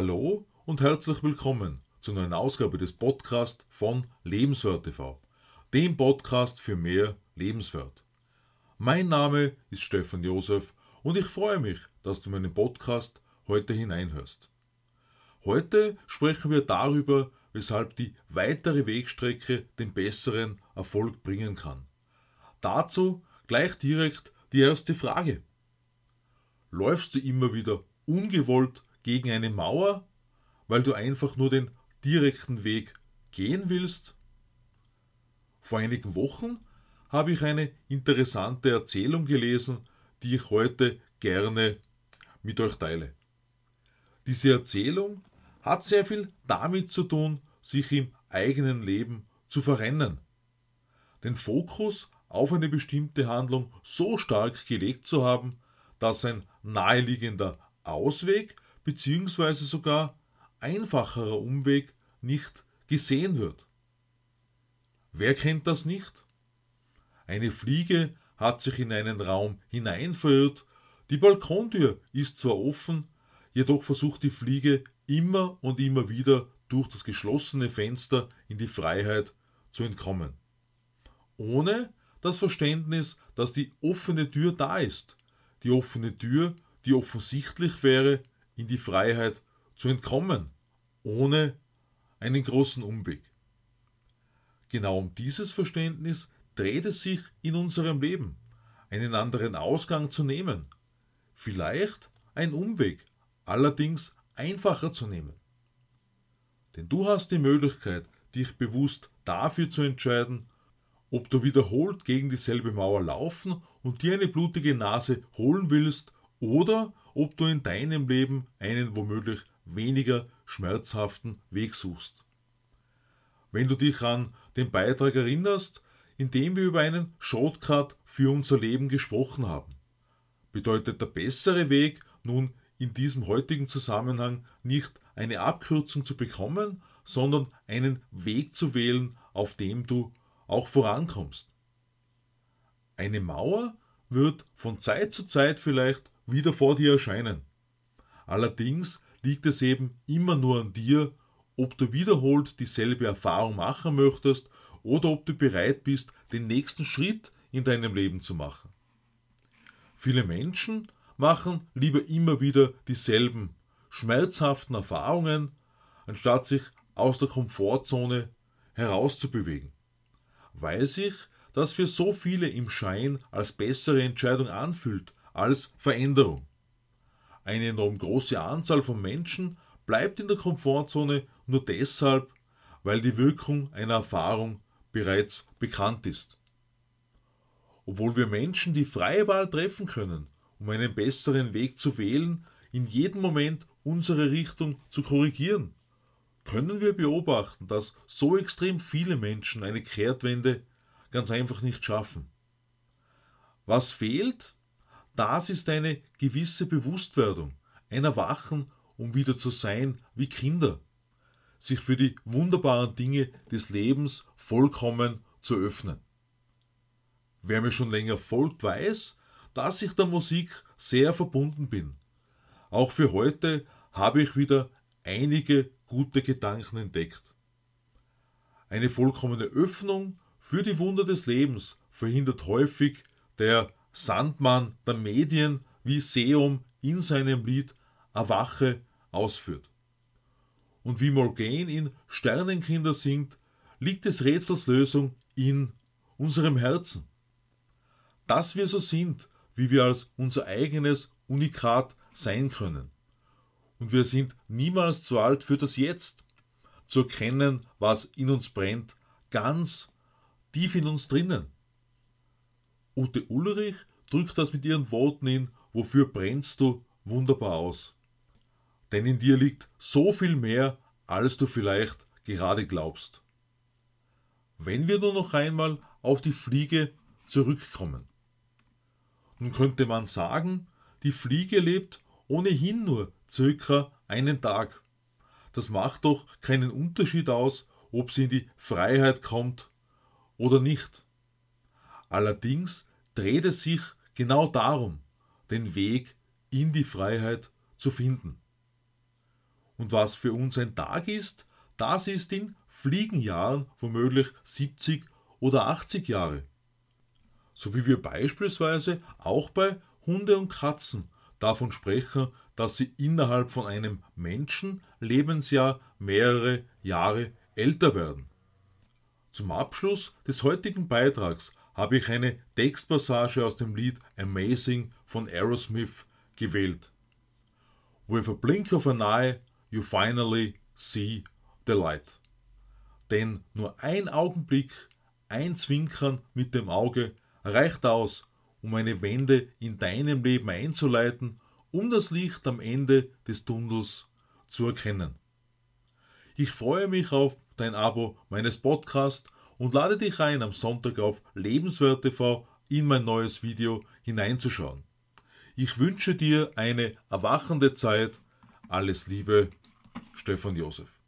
Hallo und herzlich willkommen zur neuen Ausgabe des Podcasts von Lebenswert TV, dem Podcast für mehr Lebenswert. Mein Name ist Stefan Josef und ich freue mich, dass du meinen Podcast heute hineinhörst. Heute sprechen wir darüber, weshalb die weitere Wegstrecke den besseren Erfolg bringen kann. Dazu gleich direkt die erste Frage. Läufst du immer wieder ungewollt gegen eine Mauer, weil du einfach nur den direkten Weg gehen willst? Vor einigen Wochen habe ich eine interessante Erzählung gelesen, die ich heute gerne mit euch teile. Diese Erzählung hat sehr viel damit zu tun, sich im eigenen Leben zu verrennen. Den Fokus auf eine bestimmte Handlung so stark gelegt zu haben, dass ein naheliegender Ausweg bzw. sogar einfacherer Umweg nicht gesehen wird. Wer kennt das nicht? Eine Fliege hat sich in einen Raum hinein verirrt, die Balkontür ist zwar offen, jedoch versucht die Fliege immer und immer wieder durch das geschlossene Fenster in die Freiheit zu entkommen. Ohne das Verständnis, dass die offene Tür da ist. Die offene Tür, die offensichtlich wäre, in die Freiheit zu entkommen, ohne einen großen Umweg. Genau um dieses Verständnis dreht es sich in unserem Leben, einen anderen Ausgang zu nehmen. Vielleicht ein Umweg, allerdings einfacher zu nehmen. Denn du hast die Möglichkeit, dich bewusst dafür zu entscheiden, ob du wiederholt gegen dieselbe Mauer laufen und dir eine blutige Nase holen willst oder ob du in deinem Leben einen womöglich weniger schmerzhaften Weg suchst. Wenn du dich an den Beitrag erinnerst, in dem wir über einen Shortcut für unser Leben gesprochen haben, bedeutet der bessere Weg nun in diesem heutigen Zusammenhang nicht eine Abkürzung zu bekommen, sondern einen Weg zu wählen, auf dem du auch vorankommst. Eine Mauer wird von Zeit zu Zeit vielleicht wieder vor dir erscheinen. Allerdings liegt es eben immer nur an dir, ob du wiederholt dieselbe Erfahrung machen möchtest oder ob du bereit bist, den nächsten Schritt in deinem Leben zu machen. Viele Menschen machen lieber immer wieder dieselben schmerzhaften Erfahrungen, anstatt sich aus der Komfortzone herauszubewegen, weil sich das für so viele im Schein als bessere Entscheidung anfühlt als Veränderung. Eine enorm große Anzahl von Menschen bleibt in der Komfortzone nur deshalb, weil die Wirkung einer Erfahrung bereits bekannt ist. Obwohl wir Menschen die freie Wahl treffen können, um einen besseren Weg zu wählen, in jedem Moment unsere Richtung zu korrigieren, können wir beobachten, dass so extrem viele Menschen eine Kehrtwende ganz einfach nicht schaffen. Was fehlt? Das ist eine gewisse Bewusstwerdung, ein Erwachen, um wieder zu sein wie Kinder, sich für die wunderbaren Dinge des Lebens vollkommen zu öffnen. Wer mir schon länger folgt, weiß, dass ich der Musik sehr verbunden bin. Auch für heute habe ich wieder einige gute Gedanken entdeckt. Eine vollkommene Öffnung für die Wunder des Lebens verhindert häufig der Sandmann der Medien, wie Seum in seinem Lied Erwache ausführt. Und wie Morgane in Sternenkinder singt, liegt des Rätsels Lösung in unserem Herzen. Dass wir so sind, wie wir als unser eigenes Unikat sein können. Und wir sind niemals zu alt für das Jetzt, zu erkennen, was in uns brennt, ganz tief in uns drinnen. Ute Ullrich drückt das mit ihren Worten in Wofür brennst du wunderbar aus. Denn in dir liegt so viel mehr, als du vielleicht gerade glaubst. Wenn wir nur noch einmal auf die Fliege zurückkommen. Nun könnte man sagen, die Fliege lebt ohnehin nur circa einen Tag. Das macht doch keinen Unterschied aus, ob sie in die Freiheit kommt oder nicht. Allerdings dreht es sich genau darum, den Weg in die Freiheit zu finden. Und was für uns ein Tag ist, das ist in Fliegenjahren womöglich 70 oder 80 Jahre. So wie wir beispielsweise auch bei Hunde und Katzen davon sprechen, dass sie innerhalb von einem Menschenlebensjahr mehrere Jahre älter werden. Zum Abschluss des heutigen Beitrags habe ich eine Textpassage aus dem Lied Amazing von Aerosmith gewählt. With a blink of an eye, you finally see the light. Denn nur ein Augenblick, ein Zwinkern mit dem Auge reicht aus, um eine Wende in deinem Leben einzuleiten, um das Licht am Ende des Tunnels zu erkennen. Ich freue mich auf dein Abo meines Podcasts und lade dich ein, am Sonntag auf Lebenswert TV in mein neues Video hineinzuschauen. Ich wünsche dir eine erwachende Zeit. Alles Liebe, Stefan Josef.